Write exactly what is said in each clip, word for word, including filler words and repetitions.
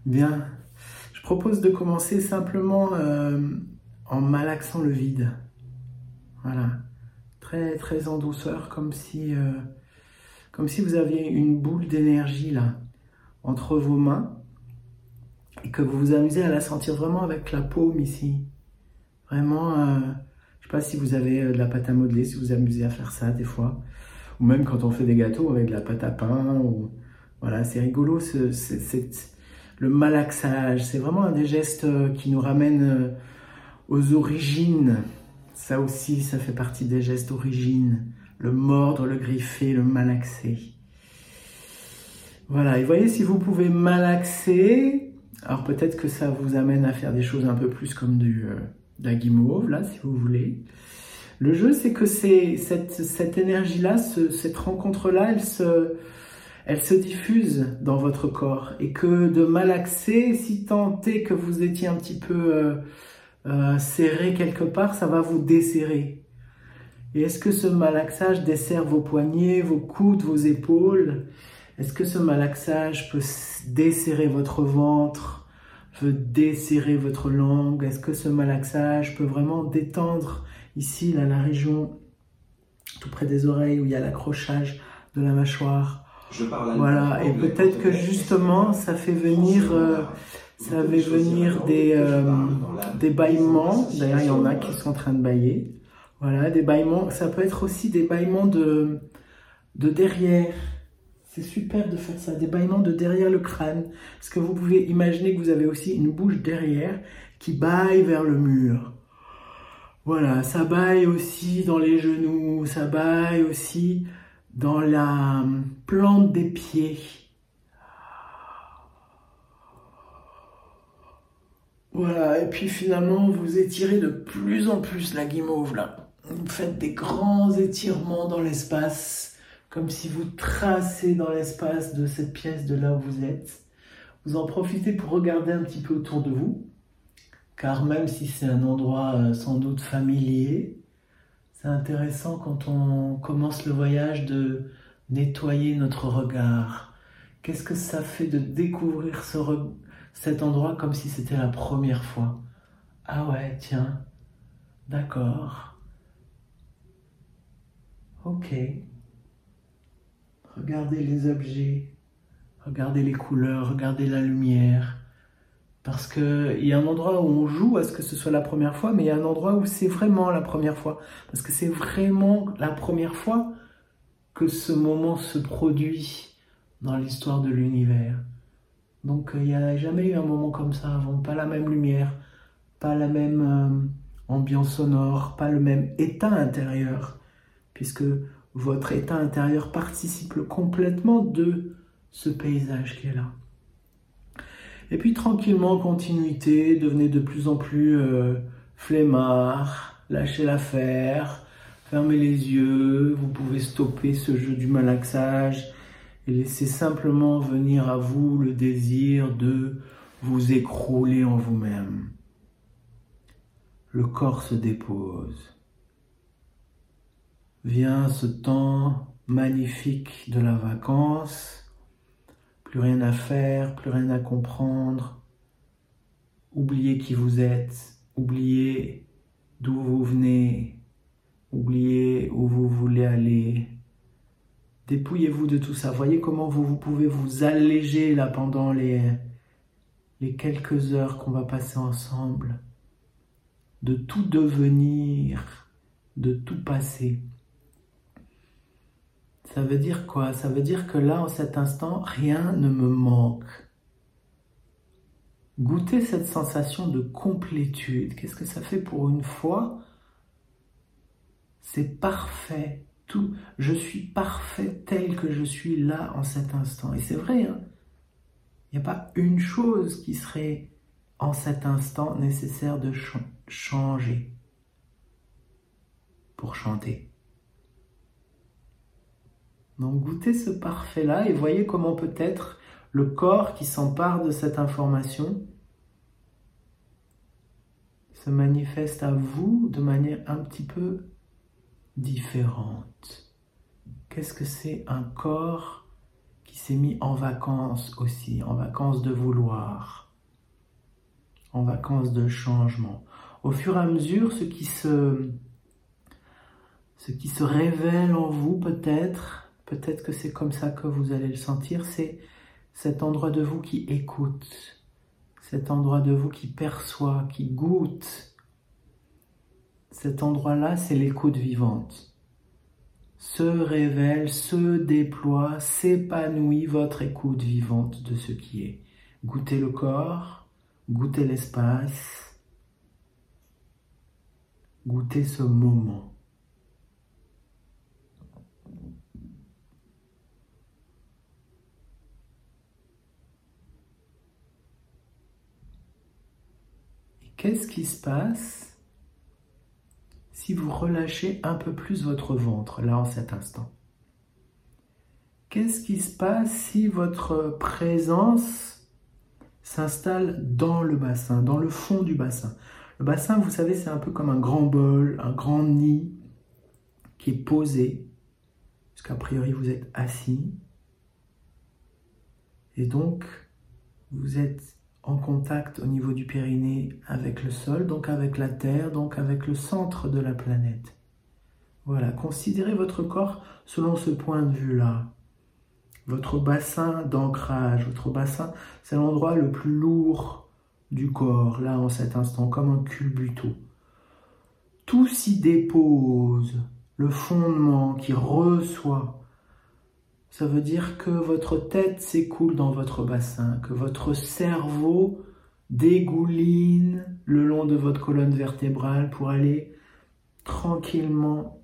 Bien. Je propose de commencer simplement euh, en malaxant le vide. Voilà. Très, très en douceur, comme si, euh, comme si vous aviez une boule d'énergie là, entre vos mains, et que vous vous amusez à la sentir vraiment avec la paume ici. Vraiment, euh, je ne sais pas si vous avez de la pâte à modeler, si vous vous amusez à faire ça des fois. Ou même quand on fait des gâteaux avec de la pâte à pain. Ou... Voilà, c'est rigolo, ce, c'est, c'est, le malaxage. C'est vraiment un des gestes qui nous ramène aux origines. Ça aussi, ça fait partie des gestes d'origine. Le mordre, le griffer, le malaxer. Voilà, et voyez si vous pouvez malaxer. Alors peut-être que ça vous amène à faire des choses un peu plus comme du, euh, de la guimauve, là, si vous voulez. Le jeu, c'est que c'est, cette, cette énergie-là, ce, cette rencontre-là, elle se, elle se diffuse dans votre corps. Et que de malaxer, si tant est que vous étiez un petit peu euh, euh, serré quelque part, ça va vous desserrer. Et est-ce que ce malaxage desserre vos poignets, vos coudes, vos épaules? Est-ce que ce malaxage peut desserrer votre ventre, peut desserrer votre langue? Est-ce que ce malaxage peut vraiment détendre ici, là, la région tout près des oreilles où il y a l'accrochage de la mâchoire? Je parle voilà, et peut-être que justement, ça fait venir, euh, ça fait venir des, euh, des bâillements. D'ailleurs, il y en a qui sont en train de bâiller. Voilà, des bâillements. Ça peut être aussi des bâillements de, de derrière. C'est super de faire ça, des bâillements de derrière le crâne. Parce que vous pouvez imaginer que vous avez aussi une bouche derrière qui bâille vers le mur. Voilà, ça bâille aussi dans les genoux, ça bâille aussi dans la plante des pieds. Voilà, et puis finalement, vous étirez de plus en plus la guimauve là. Vous faites des grands étirements dans l'espace. Comme si vous tracez dans l'espace de cette pièce, de là où vous êtes. Vous en profitez pour regarder un petit peu autour de vous, car même si c'est un endroit sans doute familier, c'est intéressant quand on commence le voyage de nettoyer notre regard. Qu'est-ce que ça fait de découvrir ce re... cet endroit comme si c'était la première fois? Ah ouais, tiens, d'accord, ok. Regardez les objets, regardez les couleurs, regardez la lumière. Parce qu'il y a un endroit où on joue à ce que ce soit la première fois, mais il y a un endroit où c'est vraiment la première fois. Parce que c'est vraiment la première fois que ce moment se produit dans l'histoire de l'univers. Donc il n'y a jamais eu un moment comme ça avant. Pas la même lumière, pas la même euh, ambiance sonore, pas le même état intérieur. Puisque votre état intérieur participe complètement de ce paysage qui est là. Et puis tranquillement, continuité, devenez de plus en plus euh, flemmard, lâchez l'affaire, fermez les yeux, vous pouvez stopper ce jeu du malaxage et laissez simplement venir à vous le désir de vous écrouler en vous-même. Le corps se dépose. Vient ce temps magnifique de la vacance, plus rien à faire, plus rien à comprendre. Oubliez qui vous êtes, oubliez d'où vous venez, oubliez où vous voulez aller. Dépouillez-vous de tout ça. Voyez comment vous, vous pouvez vous alléger là pendant les, les quelques heures qu'on va passer ensemble. De tout devenir, de tout passer. Ça veut dire quoi? Ça veut dire que là, en cet instant, rien ne me manque. Goûtez cette sensation de complétude. Qu'est-ce que ça fait pour une fois? C'est parfait. Tout. Je suis parfait tel que je suis là en cet instant. Et c'est vrai, hein? Il n'y a pas une chose qui serait en cet instant nécessaire de ch- changer pour chanter. Donc goûtez ce parfait-là et voyez comment peut-être le corps qui s'empare de cette information se manifeste à vous de manière un petit peu différente. Qu'est-ce que c'est un corps qui qui s'est mis en vacances aussi, en vacances de vouloir, en vacances de changement. Au fur et à mesure, ce qui se, ce qui se révèle en vous peut-être, peut-être que c'est comme ça que vous allez le sentir, c'est cet endroit de vous qui écoute, cet endroit de vous qui perçoit, qui goûte. Cet endroit-là, c'est l'écoute vivante. Se révèle, se déploie, s'épanouit votre écoute vivante de ce qui est. Goûtez le corps, goûtez l'espace, goûtez ce moment. Et qu'est-ce qui se passe si vous relâchez un peu plus votre ventre, là, en cet instant? Qu'est-ce qui se passe si votre présence s'installe dans le bassin, dans le fond du bassin? Le bassin, vous savez, c'est un peu comme un grand bol, un grand nid qui est posé, parce qu'a priori, vous êtes assis. Et donc, vous êtes en contact au niveau du périnée avec le sol, donc avec la terre, donc avec le centre de la planète. Voilà, considérez votre corps selon ce point de vue-là. Votre bassin d'ancrage, votre bassin, c'est l'endroit le plus lourd du corps, là en cet instant, comme un culbuto. Tout s'y dépose, le fondement qui reçoit. Ça veut dire que votre tête s'écoule dans votre bassin, que votre cerveau dégouline le long de votre colonne vertébrale pour aller tranquillement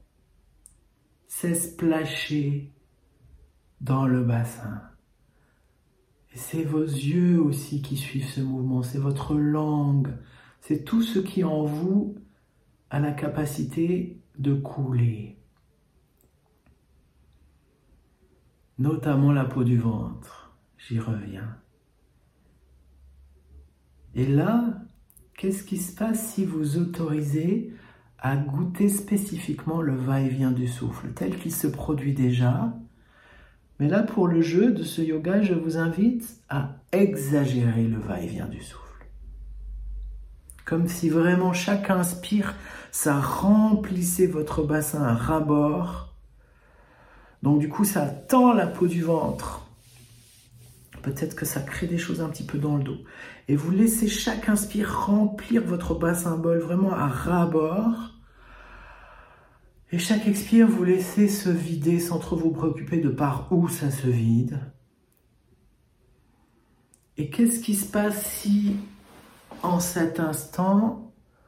s'esplasher dans le bassin. Et c'est vos yeux aussi qui suivent ce mouvement, c'est votre langue, c'est tout ce qui en vous a la capacité de couler. Notamment la peau du ventre, j'y reviens. Et là, qu'est-ce qui se passe si vous autorisez à goûter spécifiquement le va-et-vient du souffle, tel qu'il se produit déjà? Mais là, pour le jeu de ce yoga, je vous invite à exagérer le va-et-vient du souffle. Comme si vraiment chaque inspire, ça remplissait votre bassin à ras-bord. Donc du coup, ça tend la peau du ventre. Peut-être que ça crée des choses un petit peu dans le dos. Et vous laissez chaque inspire remplir votre bassin bol vraiment à ras-bord. Et chaque expire, vous laissez se vider sans trop vous préoccuper de par où ça se vide. Et qu'est-ce qui se passe si, en cet instant,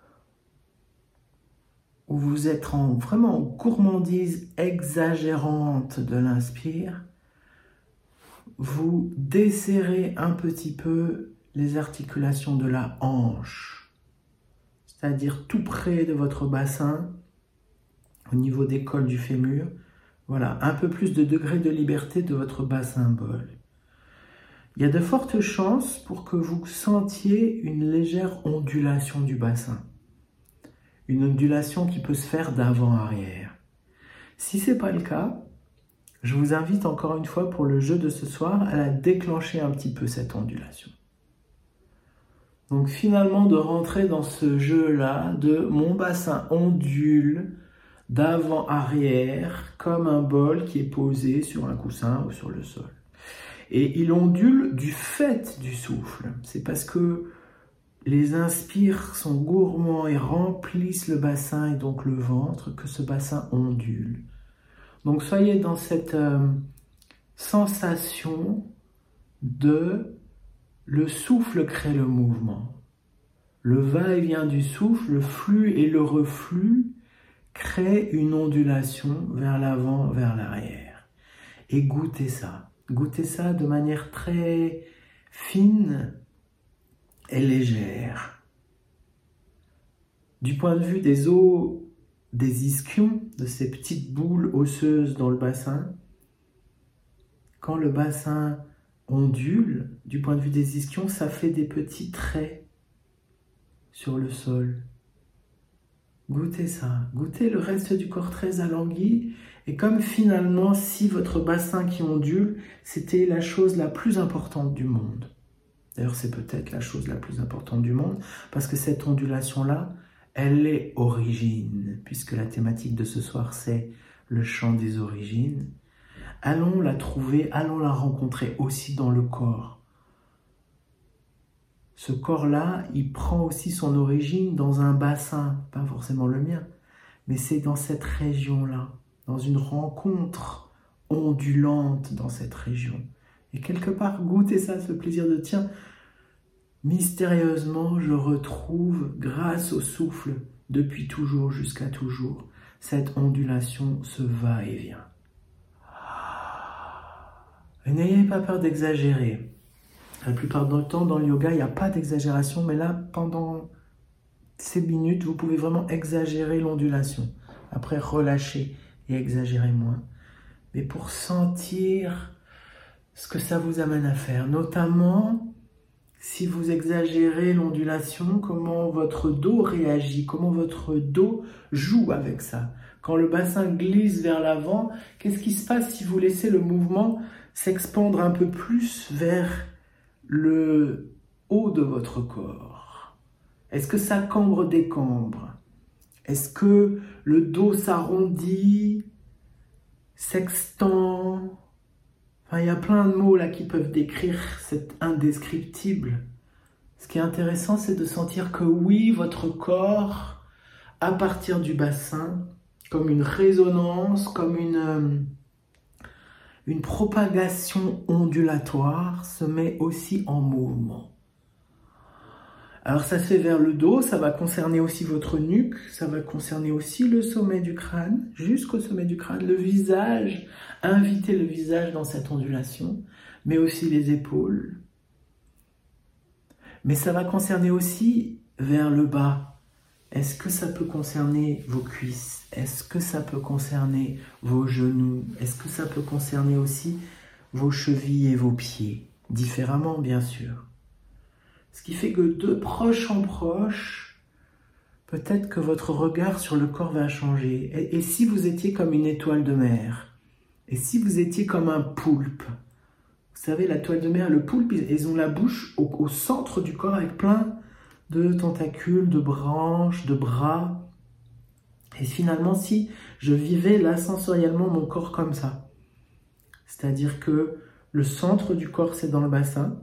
où vous êtes en, vraiment en gourmandise exagérante de l'inspire, vous desserrez un petit peu les articulations de la hanche, c'est-à-dire tout près de votre bassin, au niveau des côles du fémur. Voilà, un peu plus de degré de liberté de votre bassin bol. Il y a de fortes chances pour que vous sentiez une légère ondulation du bassin. Une ondulation qui peut se faire d'avant-arrière. Si ce n'est pas le cas, je vous invite encore une fois pour le jeu de ce soir à la déclencher un petit peu cette ondulation. Donc finalement de rentrer dans ce jeu-là de mon bassin ondule d'avant-arrière comme un bol qui est posé sur un coussin ou sur le sol. Et il ondule du fait du souffle. C'est parce que les inspires sont gourmands et remplissent le bassin et donc le ventre que ce bassin ondule. Donc soyez dans cette euh, sensation de le souffle crée le mouvement. Le va-et-vient du souffle, le flux et le reflux créent une ondulation vers l'avant, vers l'arrière. Et goûtez ça. Goûtez ça de manière très fine et légère. Du point de vue des os des ischions, de ces petites boules osseuses dans le bassin, quand le bassin ondule, du point de vue des ischions, ça fait des petits traits sur le sol. Goûtez ça, goûtez le reste du corps très alangui Et comme finalement, si votre bassin qui ondule, c'était la chose la plus importante du monde. D'ailleurs, c'est peut-être la chose la plus importante du monde, parce que cette ondulation-là, elle est origine, puisque la thématique de ce soir, c'est le chant des origines. Allons la trouver, allons la rencontrer aussi dans le corps. Ce corps-là, il prend aussi son origine dans un bassin, pas forcément le mien, mais c'est dans cette région-là, dans une rencontre ondulante dans cette région. Et quelque part, goûtez ça, ce plaisir de tiens, mystérieusement, je retrouve, grâce au souffle, depuis toujours jusqu'à toujours, cette ondulation, ce va-et-vient. N'ayez pas peur d'exagérer. La plupart du temps, dans le yoga, il n'y a pas d'exagération, mais là, pendant ces minutes, vous pouvez vraiment exagérer l'ondulation. Après, relâcher et exagérer moins. Mais pour sentir ce que ça vous amène à faire, notamment si vous exagérez l'ondulation, comment votre dos réagit, comment votre dos joue avec ça. Quand le bassin glisse vers l'avant, qu'est-ce qui se passe si vous laissez le mouvement s'expandre un peu plus vers le haut de votre corps? Est-ce que ça cambre, décambre? Est-ce que le dos s'arrondit, s'extend? Enfin, il y a plein de mots là qui peuvent décrire cet indescriptible. Ce qui est intéressant, c'est de sentir que oui, votre corps, à partir du bassin, comme une résonance, comme une, euh, une propagation ondulatoire, se met aussi en mouvement. Alors ça se fait vers le dos, ça va concerner aussi votre nuque, ça va concerner aussi le sommet du crâne, jusqu'au sommet du crâne, le visage, invitez le visage dans cette ondulation, mais aussi les épaules. Mais ça va concerner aussi vers le bas. Est-ce que ça peut concerner vos cuisses? Est-ce que ça peut concerner vos genoux? Est-ce que ça peut concerner aussi vos chevilles et vos pieds? Différemment, bien sûr. Ce qui fait que de proche en proche, peut-être que votre regard sur le corps va changer. Et, et si vous étiez comme une étoile de mer? Et si vous étiez comme un poulpe? Vous savez, la toile de mer, le poulpe, ils ont la bouche au, au centre du corps avec plein de tentacules, de branches, de bras. Et finalement, si je vivais là sensoriellement mon corps comme ça, c'est-à-dire que le centre du corps, c'est dans le bassin,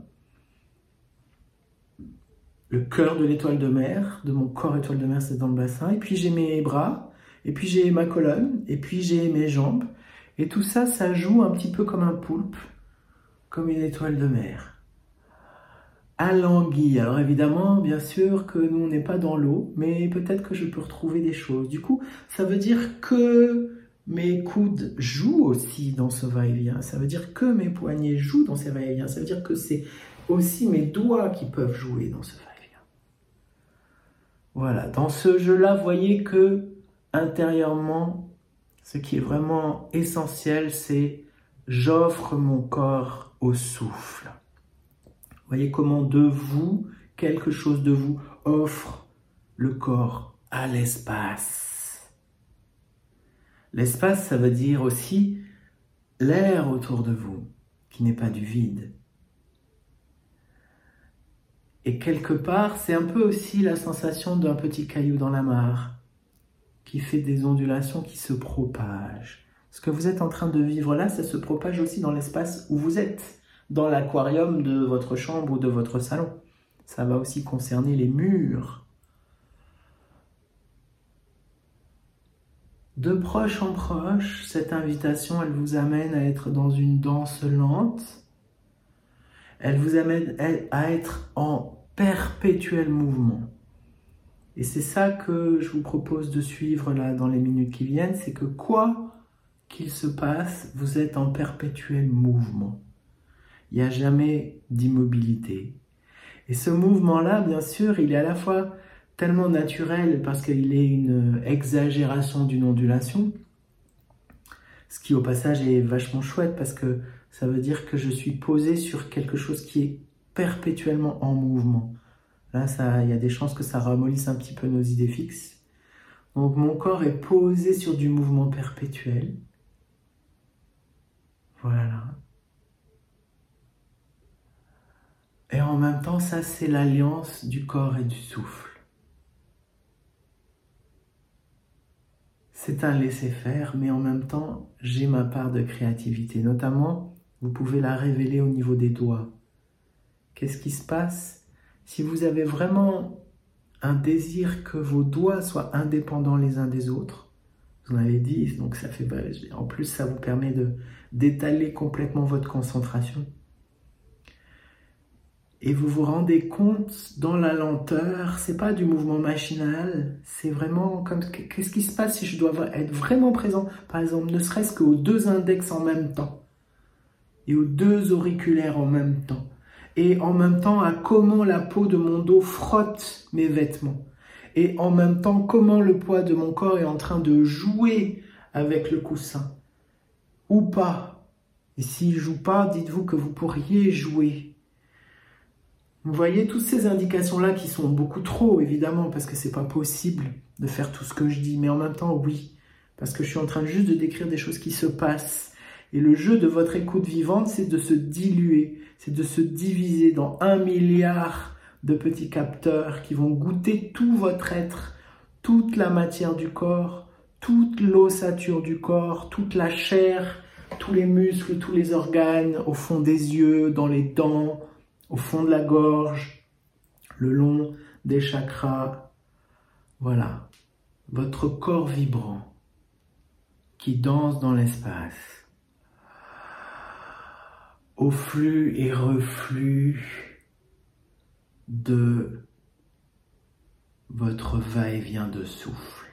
le cœur de l'étoile de mer, de mon corps étoile de mer, c'est dans le bassin. Et puis j'ai mes bras, et puis j'ai ma colonne, et puis j'ai mes jambes. Et tout ça, ça joue un petit peu comme un poulpe, comme une étoile de mer. Alangui. Alors évidemment, bien sûr que nous, on n'est pas dans l'eau, mais peut-être que je peux retrouver des choses. Du coup, ça veut dire que mes coudes jouent aussi dans ce va-et-vient. Ça veut dire que mes poignets jouent dans ces va-et-vient. Ça veut dire que c'est aussi mes doigts qui peuvent jouer dans ce va-et-vient. Voilà, dans ce jeu-là, voyez que intérieurement, ce qui est vraiment essentiel, c'est j'offre mon corps au souffle. Voyez comment de vous, quelque chose de vous offre le corps à l'espace. L'espace, ça veut dire aussi l'air autour de vous, qui n'est pas du vide. Et quelque part, c'est un peu aussi la sensation d'un petit caillou dans la mare, qui fait des ondulations qui se propagent. Ce que vous êtes en train de vivre là, ça se propage aussi dans l'espace où vous êtes, dans l'aquarium de votre chambre ou de votre salon. Ça va aussi concerner les murs. De proche en proche, cette invitation, elle vous amène à être dans une danse lente. Elle vous amène à être en perpétuel mouvement. Et c'est ça que je vous propose de suivre là dans les minutes qui viennent, c'est que quoi qu'il se passe, vous êtes en perpétuel mouvement. Il n'y a jamais d'immobilité. Et ce mouvement-là, bien sûr, il est à la fois tellement naturel parce qu'il est une exagération d'une ondulation, ce qui au passage est vachement chouette parce que ça veut dire que je suis posé sur quelque chose qui est perpétuellement en mouvement. Là, ça, il y a des chances que ça ramollisse un petit peu nos idées fixes. Donc mon corps est posé sur du mouvement perpétuel. Voilà. Et en même temps, ça, c'est l'alliance du corps et du souffle. C'est un laisser-faire, mais en même temps, j'ai ma part de créativité. Notamment, vous pouvez la révéler au niveau des doigts. Qu'est-ce qui se passe? Si vous avez vraiment un désir que vos doigts soient indépendants les uns des autres, vous en avez dit, donc ça fait, en plus, ça vous permet de d'étaler complètement votre concentration. Et vous vous rendez compte dans la lenteur, c'est pas du mouvement machinal, c'est vraiment comme qu'est-ce qui se passe si je dois être vraiment présent, par exemple, ne serait-ce qu'aux deux index en même temps et aux deux auriculaires en même temps, et en même temps à comment la peau de mon dos frotte mes vêtements, et en même temps comment le poids de mon corps est en train de jouer avec le coussin, ou pas. Et s'il ne joue pas, dites-vous que vous pourriez jouer. Vous voyez toutes ces indications-là qui sont beaucoup trop, évidemment, parce que c'est pas possible de faire tout ce que je dis, mais en même temps, oui, parce que je suis en train juste de décrire des choses qui se passent. Et le jeu de votre écoute vivante, c'est de se diluer, c'est de se diviser dans un milliard de petits capteurs qui vont goûter tout votre être, toute la matière du corps, toute l'ossature du corps, toute la chair, tous les muscles, tous les organes, au fond des yeux, dans les dents, au fond de la gorge, le long des chakras. Voilà, votre corps vibrant qui danse dans l'espace, au flux et reflux de votre va-et-vient de souffle.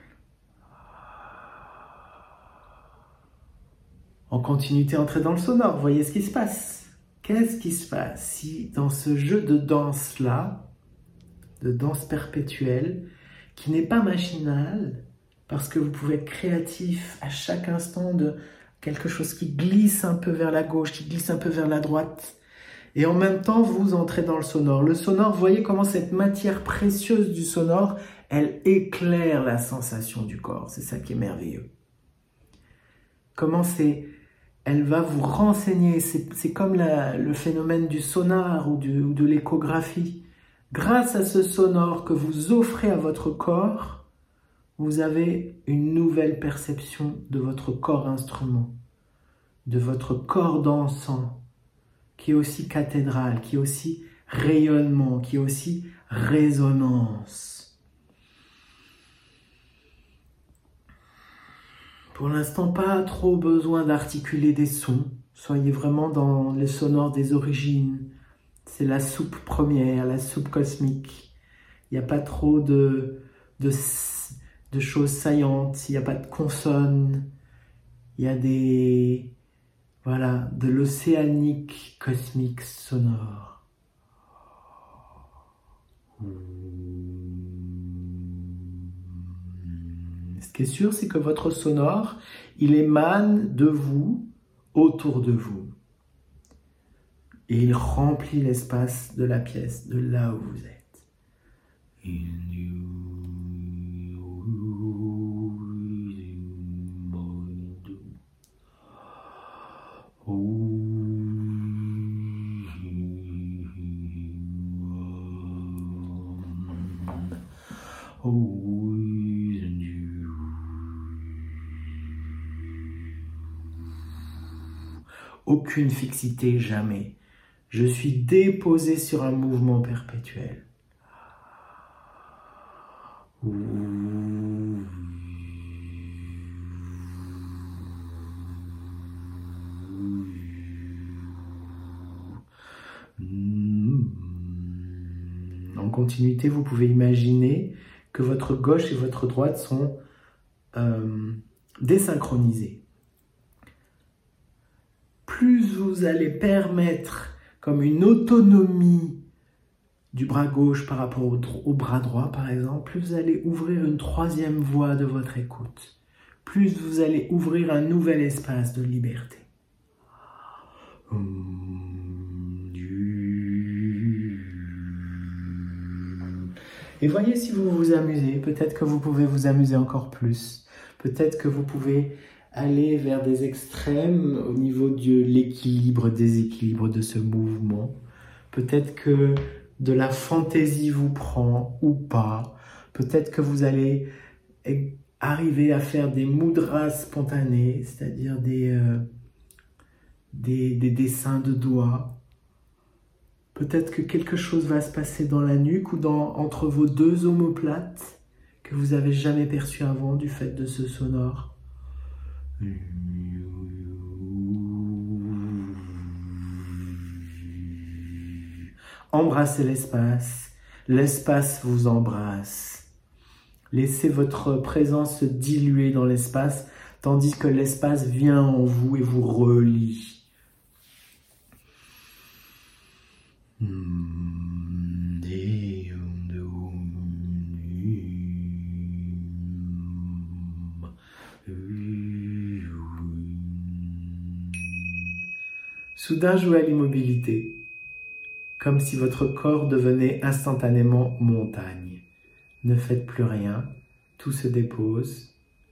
En continuité, entrez dans le sonore, voyez ce qui se passe. Qu'est-ce qui se passe si dans ce jeu de danse-là, de danse perpétuelle, qui n'est pas machinal, parce que vous pouvez être créatif à chaque instant de quelque chose qui glisse un peu vers la gauche, qui glisse un peu vers la droite, et en même temps vous entrez dans le sonore. Le sonore, vous voyez comment cette matière précieuse du sonore, elle éclaire la sensation du corps, c'est ça qui est merveilleux. Comment c'est... Elle va vous renseigner, c'est comme la, le phénomène du sonar ou, du, ou de l'échographie. Grâce à ce sonore que vous offrez à votre corps, vous avez une nouvelle perception de votre corps instrument, de votre corps dansant, qui est aussi cathédrale, qui est aussi rayonnement, qui est aussi résonance. Pour l'instant, pas trop besoin d'articuler des sons. Soyez vraiment dans les sonores des origines. C'est la soupe première, la soupe cosmique. Il n'y a pas trop de, de, de choses saillantes. Il n'y a pas de consonnes. Il y a des... Voilà, de l'océanique cosmique sonore. Ce qui est sûr, c'est que votre sonore, il émane de vous, autour de vous. Et il remplit l'espace de la pièce, de là où vous êtes. Aucune fixité, jamais. Je suis déposé sur un mouvement perpétuel. En continuité, vous pouvez imaginer que votre gauche et votre droite sont euh, désynchronisées. Plus vous allez permettre comme une autonomie du bras gauche par rapport au, au bras droit, par exemple, plus vous allez ouvrir une troisième voie de votre écoute, plus vous allez ouvrir un nouvel espace de liberté. Et voyez si vous vous amusez, peut-être que vous pouvez vous amuser encore plus, peut-être que vous pouvez aller vers des extrêmes au niveau de l'équilibre, déséquilibre de ce mouvement. Peut-être que de la fantaisie vous prend ou pas. Peut-être que vous allez arriver à faire des mudras spontanés, c'est-à-dire des, euh, des, des dessins de doigts. Peut-être que quelque chose va se passer dans la nuque ou dans, entre vos deux omoplates que vous n'avez jamais perçu avant du fait de ce sonore. Embrassez l'espace, l'espace vous embrasse. Laissez votre présence se diluer dans l'espace, tandis que l'espace vient en vous et vous relie. Soudain jouez à l'immobilité, comme si votre corps devenait instantanément montagne. Ne faites plus rien, tout se dépose.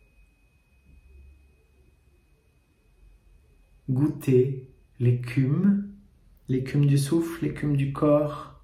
Goûtez l'écume, l'écume du souffle, l'écume du corps.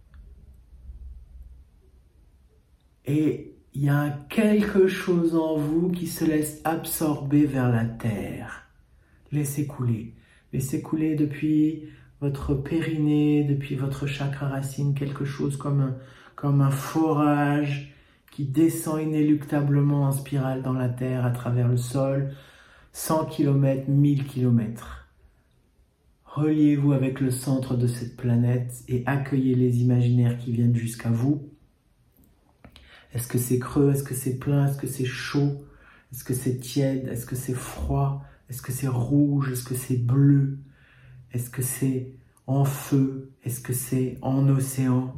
Et il y a quelque chose en vous qui se laisse absorber vers la terre. Laissez couler. Laissez couler depuis votre périnée, depuis votre chakra racine, quelque chose comme un, comme un forage qui descend inéluctablement en spirale dans la terre à travers le sol, cent kilomètres, mille kilomètres. Reliez-vous avec le centre de cette planète et accueillez les imaginaires qui viennent jusqu'à vous. Est-ce que c'est creux? Est-ce que c'est plein? Est-ce que c'est chaud? Est-ce que c'est tiède? Est-ce que c'est froid? Est-ce que c'est rouge? Est-ce que c'est bleu? Est-ce que c'est en feu? Est-ce que c'est en océan?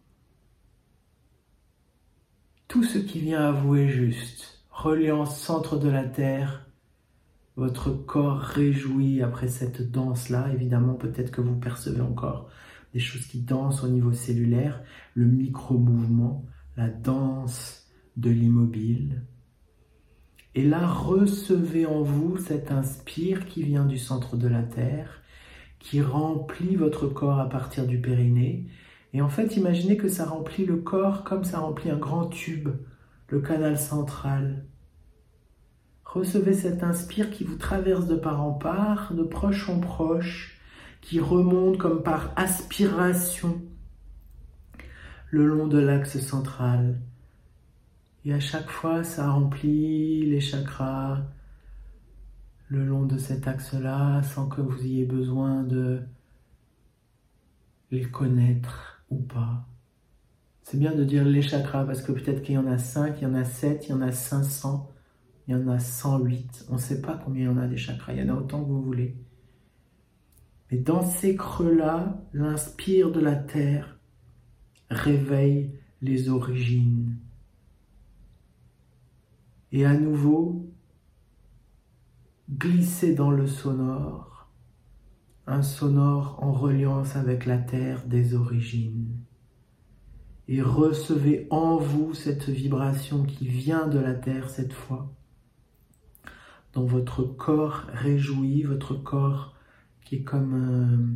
Tout ce qui vient à vous est juste. Reliant au centre de la Terre, votre corps réjoui après cette danse-là. Évidemment, peut-être que vous percevez encore des choses qui dansent au niveau cellulaire, le micro-mouvement, la danse de l'immobile. Et là, recevez en vous cet inspire qui vient du centre de la Terre, qui remplit votre corps à partir du périnée. Et en fait, imaginez que ça remplit le corps comme ça remplit un grand tube, le canal central. Recevez cet inspire qui vous traverse de part en part, de proche en proche, qui remonte comme par aspiration le long de l'axe central. Et à chaque fois, ça remplit les chakras le long de cet axe-là, sans que vous ayez besoin de les connaître ou pas. C'est bien de dire les chakras, parce que peut-être qu'il y en a cinq, il y en a sept, il y en a cinq cents, il y en a cent huit. On ne sait pas combien il y en a des chakras, il y en a autant que vous voulez. Mais dans ces creux-là, l'inspire de la terre réveille les origines. Et à nouveau, glissez dans le sonore, un sonore en reliance avec la terre des origines. Et recevez en vous cette vibration qui vient de la terre cette fois, dans votre corps réjoui, votre corps qui est comme, euh,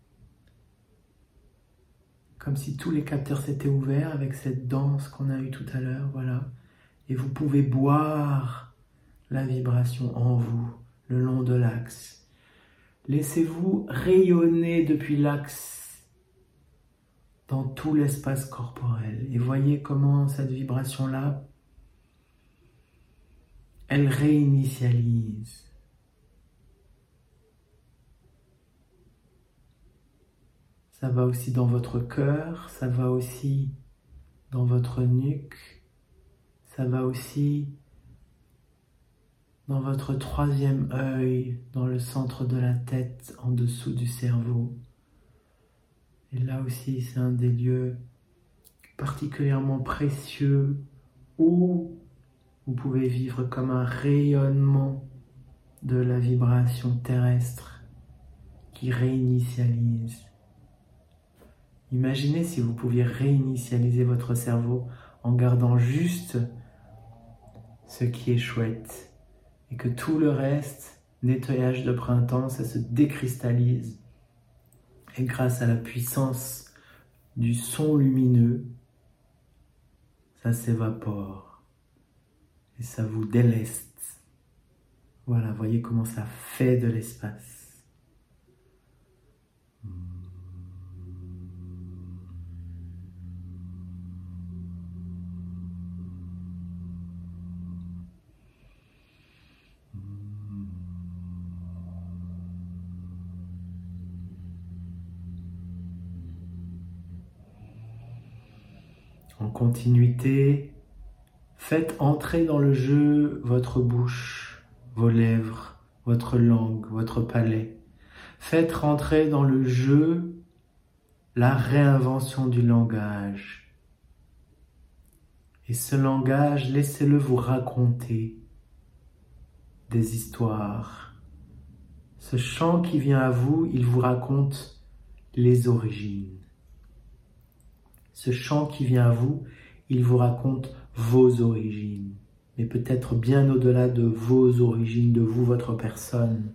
comme si tous les capteurs s'étaient ouverts avec cette danse qu'on a eue tout à l'heure, voilà. Et vous pouvez boire la vibration en vous, le long de l'axe. Laissez-vous rayonner depuis l'axe dans tout l'espace corporel. Et voyez comment cette vibration-là, elle réinitialise. Ça va aussi dans votre cœur, ça va aussi dans votre nuque, ça va aussi dans votre troisième œil, dans le centre de la tête, en dessous du cerveau. Et là aussi, c'est un des lieux particulièrement précieux où vous pouvez vivre comme un rayonnement de la vibration terrestre qui réinitialise. Imaginez si vous pouviez réinitialiser votre cerveau en gardant juste ce qui est chouette et que tout le reste, nettoyage de printemps, ça se décristallise. Et grâce à la puissance du son lumineux, ça s'évapore et ça vous déleste. Voilà, voyez comment ça fait de l'espace. En continuité, faites entrer dans le jeu votre bouche, vos lèvres, votre langue, votre palais. Faites rentrer dans le jeu la réinvention du langage. Et ce langage, laissez-le vous raconter des histoires. Ce chant qui vient à vous, il vous raconte les origines. Ce chant qui vient à vous, il vous raconte vos origines, mais peut-être bien au-delà de vos origines, de vous, votre personne.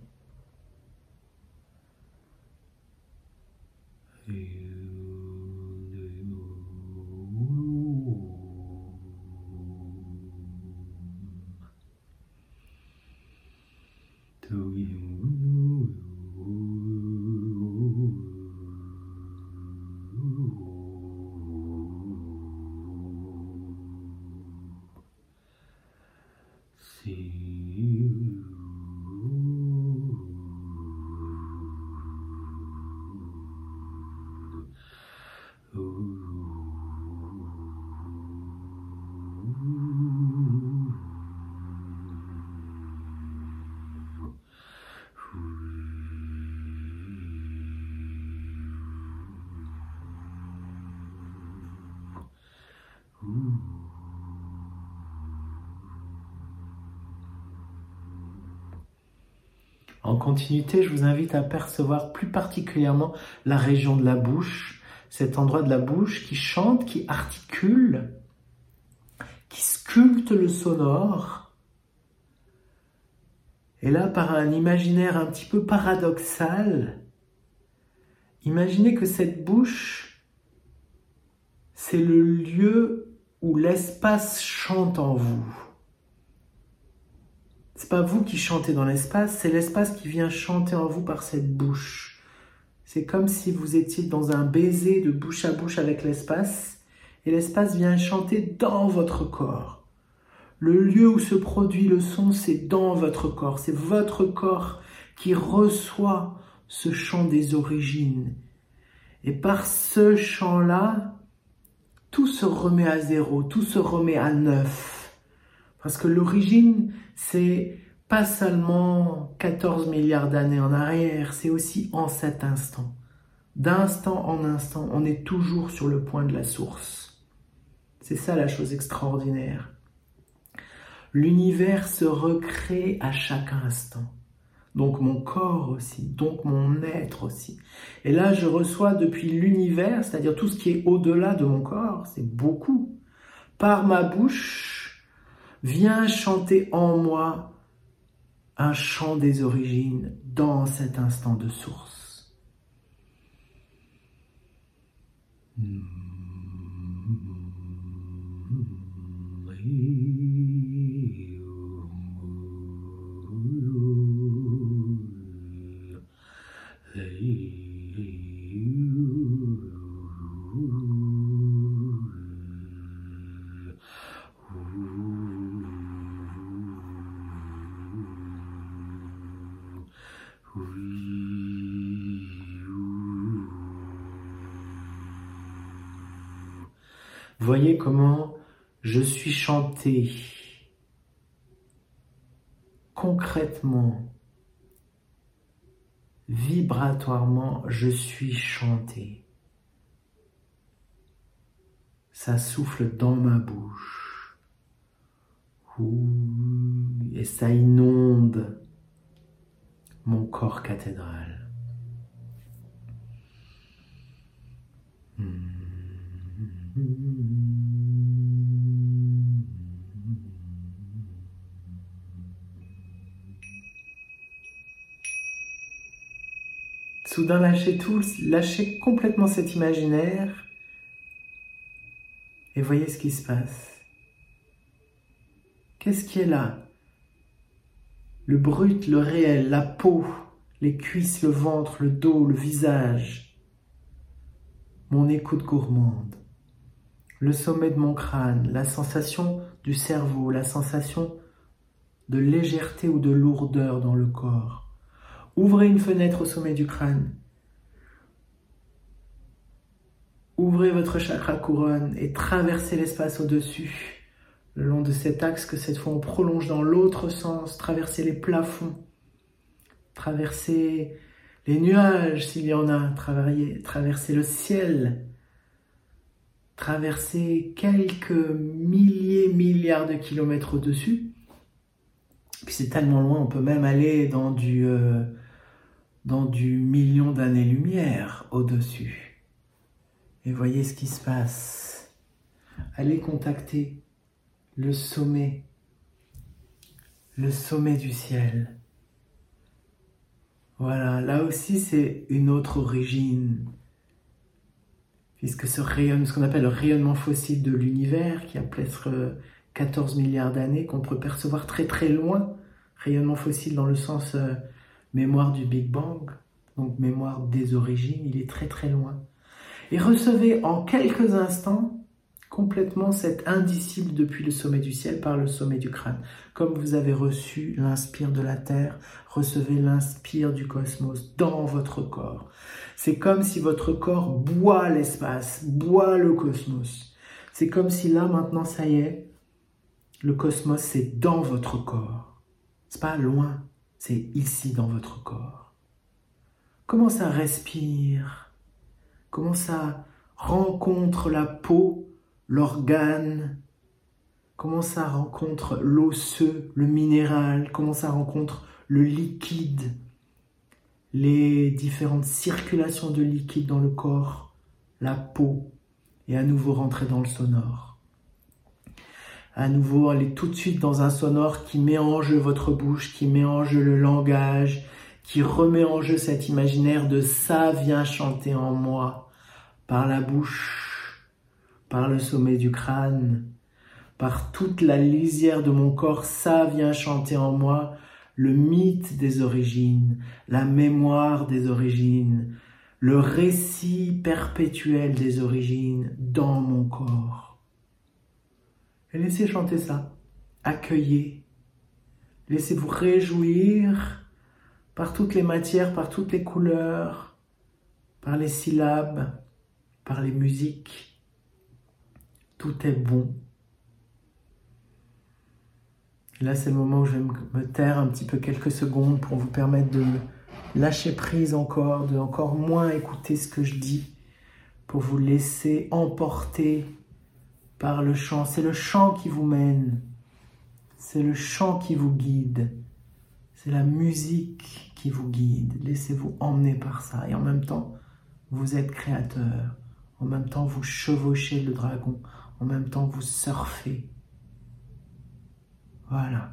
En continuité, je vous invite à percevoir plus particulièrement la région de la bouche, cet endroit de la bouche qui chante, qui articule, qui sculpte le sonore. Et là, par un imaginaire un petit peu paradoxal, imaginez que cette bouche, c'est le lieu où l'espace chante en vous. C'est pas vous qui chantez dans l'espace, c'est l'espace qui vient chanter en vous par cette bouche. C'est comme si vous étiez dans un baiser de bouche à bouche avec l'espace, et l'espace vient chanter dans votre corps. Le lieu où se produit le son, c'est dans votre corps. C'est votre corps qui reçoit ce chant des origines. Et par ce chant-là, tout se remet à zéro, tout se remet à neuf. Parce que l'origine, c'est pas seulement quatorze milliards d'années en arrière, c'est aussi en cet instant. D'instant en instant, on est toujours sur le point de la source. C'est ça la chose extraordinaire. L'univers se recrée à chaque instant. Donc mon corps aussi, donc mon être aussi. Et là, je reçois depuis l'univers, c'est-à-dire tout ce qui est au-delà de mon corps, c'est beaucoup, par ma bouche, vient chanter en moi un chant des origines dans cet instant de source. Voyez comment je suis chanté concrètement, vibratoirement, je suis chanté. Ça souffle dans ma bouche. Et ça inonde mon corps cathédral. Soudain, lâchez tout, lâchez complètement cet imaginaire et voyez ce qui se passe. Qu'est-ce qui est là? Le brut, le réel, la peau, les cuisses, le ventre, le dos, le visage. Mon écoute gourmande. Le sommet de mon crâne, la sensation du cerveau, la sensation de légèreté ou de lourdeur dans le corps. Ouvrez une fenêtre au sommet du crâne. Ouvrez votre chakra couronne et traversez l'espace au-dessus, le long de cet axe que cette fois on prolonge dans l'autre sens. Traversez les plafonds, traversez les nuages s'il y en a, traversez le ciel, traversez quelques milliers, milliards de kilomètres au-dessus. Puis c'est tellement loin, on peut même aller dans du, euh, dans du million d'années-lumière au-dessus. Et voyez ce qui se passe. Allez contacter le sommet, le sommet du ciel. Voilà, là aussi c'est une autre origine. Puisque ce rayonnement, ce qu'on appelle le rayonnement fossile de l'univers, qui a peut-être quatorze milliards d'années, qu'on peut percevoir très très loin, rayonnement fossile dans le sens euh, mémoire du Big Bang, donc mémoire des origines, il est très très loin. Et recevez en quelques instants complètement cet indicible depuis le sommet du ciel par le sommet du crâne. Comme vous avez reçu l'inspire de la terre, recevez l'inspire du cosmos dans votre corps. C'est comme si votre corps boit l'espace, boit le cosmos. C'est comme si là, maintenant, ça y est, le cosmos, c'est dans votre corps. C'est pas loin, c'est ici dans votre corps. Comment ça respire? Comment ça rencontre la peau, l'organe? Comment ça rencontre l'osseux, le minéral? Comment ça rencontre le liquide? Les différentes circulations de liquide dans le corps, la peau, et à nouveau rentrer dans le sonore. À nouveau aller tout de suite dans un sonore qui met en jeu votre bouche, qui met en jeu le langage, qui remet en jeu cet imaginaire de « ça vient chanter en moi » par la bouche, par le sommet du crâne, par toute la lisière de mon corps, ça vient chanter en moi le mythe des origines, la mémoire des origines, le récit perpétuel des origines dans mon corps. Et laissez chanter ça, accueillez, laissez-vous réjouir par toutes les matières, par toutes les couleurs, par les syllabes, par les musiques. Tout est bon. Là, c'est le moment où je vais me taire un petit peu quelques secondes pour vous permettre de lâcher prise encore, de encore moins écouter ce que je dis, pour vous laisser emporter par le chant. C'est le chant qui vous mène, c'est le chant qui vous guide, c'est la musique qui vous guide. Laissez-vous emmener par ça. Et en même temps, vous êtes créateur. En même temps, vous chevauchez le dragon. En même temps, vous surfez. Voilà.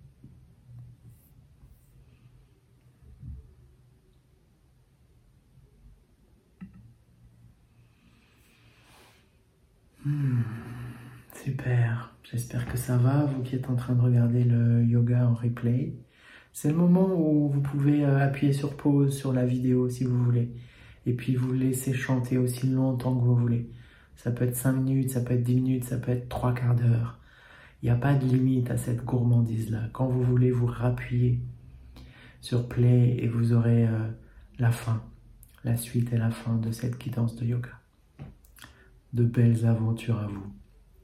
Hmm, super. J'espère que ça va, vous qui êtes en train de regarder le yoga en replay. C'est le moment où vous pouvez appuyer sur pause sur la vidéo si vous voulez. Et puis vous laissez chanter aussi longtemps que vous voulez. Ça peut être cinq minutes, ça peut être dix minutes, ça peut être trois quarts d'heure. Il n'y a pas de limite à cette gourmandise-là. Quand vous voulez, vous rappuyez sur play et vous aurez euh, la fin, la suite et la fin de cette guidance de yoga. De belles aventures à vous.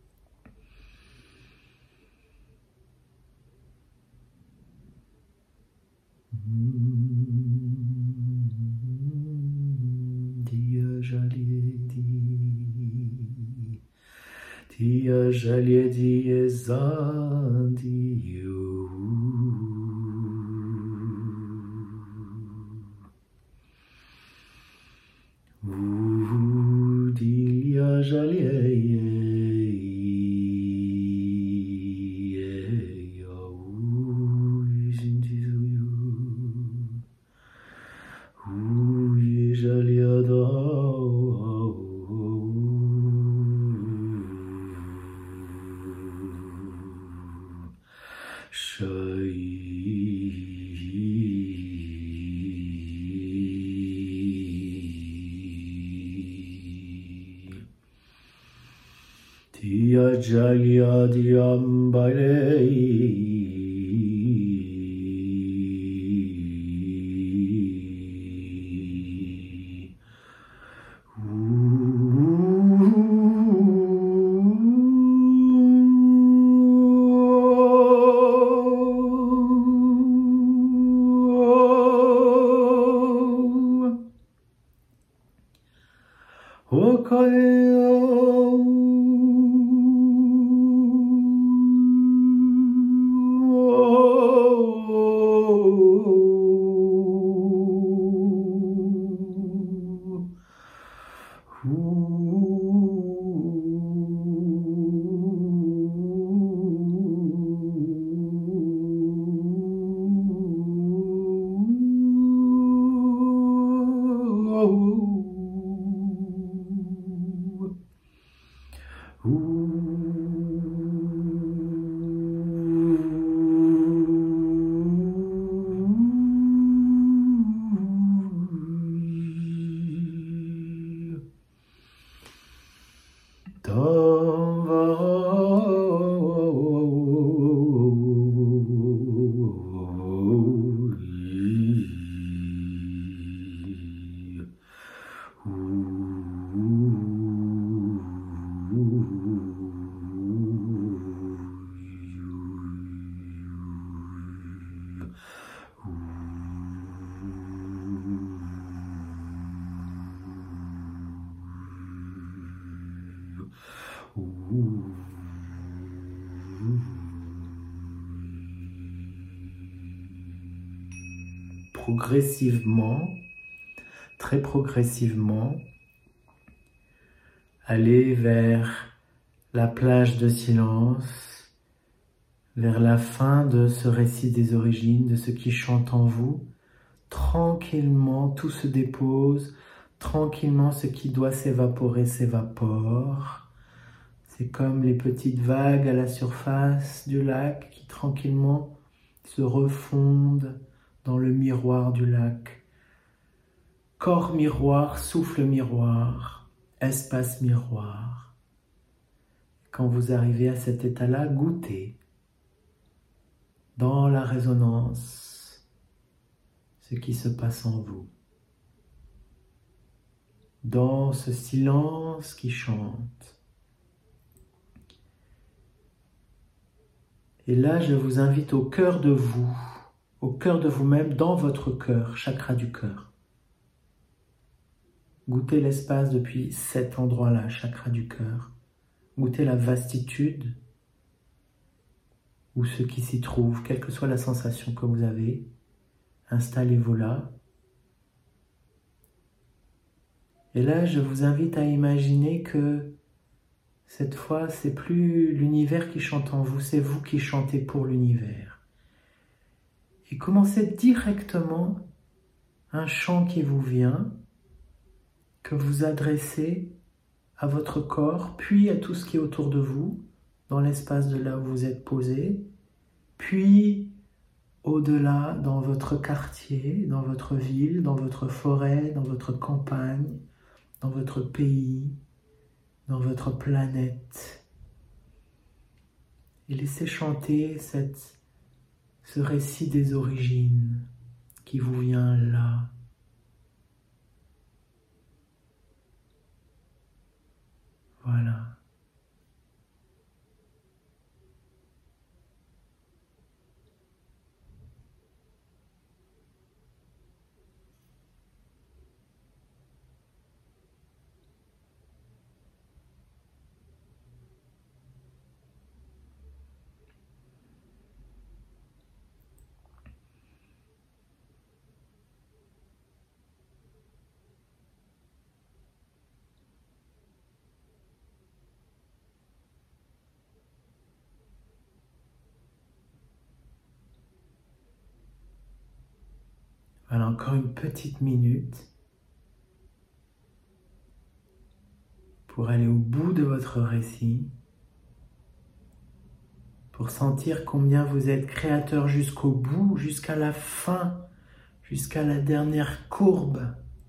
Dia Jalye Di Dia Jalye Di Zandi U Dia Jalye Ooh, Tia Jalia Diambalei. Progressivement, très progressivement, allez vers la plage de silence, vers la fin de ce récit des origines, de ce qui chante en vous. Tranquillement, tout se dépose, tranquillement, ce qui doit s'évaporer s'évapore. C'est comme les petites vagues à la surface du lac qui tranquillement se refondent dans le miroir du lac. Corps miroir, souffle miroir, espace miroir. Quand vous arrivez à cet état-là, goûtez dans la résonance ce qui se passe en vous. Dans ce silence qui chante. Et là, je vous invite au cœur de vous, au cœur de vous-même, dans votre cœur, chakra du cœur. Goûtez l'espace depuis cet endroit-là, chakra du cœur. Goûtez la vastitude ou ce qui s'y trouve, quelle que soit la sensation que vous avez. Installez-vous là. Et là, je vous invite à imaginer que cette fois, c'est plus l'univers qui chante en vous, c'est vous qui chantez pour l'univers. Et commencez directement un chant qui vous vient, que vous adressez à votre corps, puis à tout ce qui est autour de vous, dans l'espace de là où vous êtes posé, puis au-delà, dans votre quartier, dans votre ville, dans votre forêt, dans votre campagne, dans votre pays, dans votre planète. Et laissez chanter cette ce récit des origines qui vous vient là. Voilà. Voilà, encore une petite minute pour aller au bout de votre récit, pour sentir combien vous êtes créateur jusqu'au bout, jusqu'à la fin, jusqu'à la dernière courbe,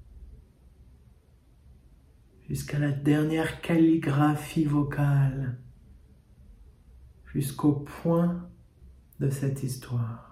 jusqu'à la dernière calligraphie vocale, jusqu'au point de cette histoire.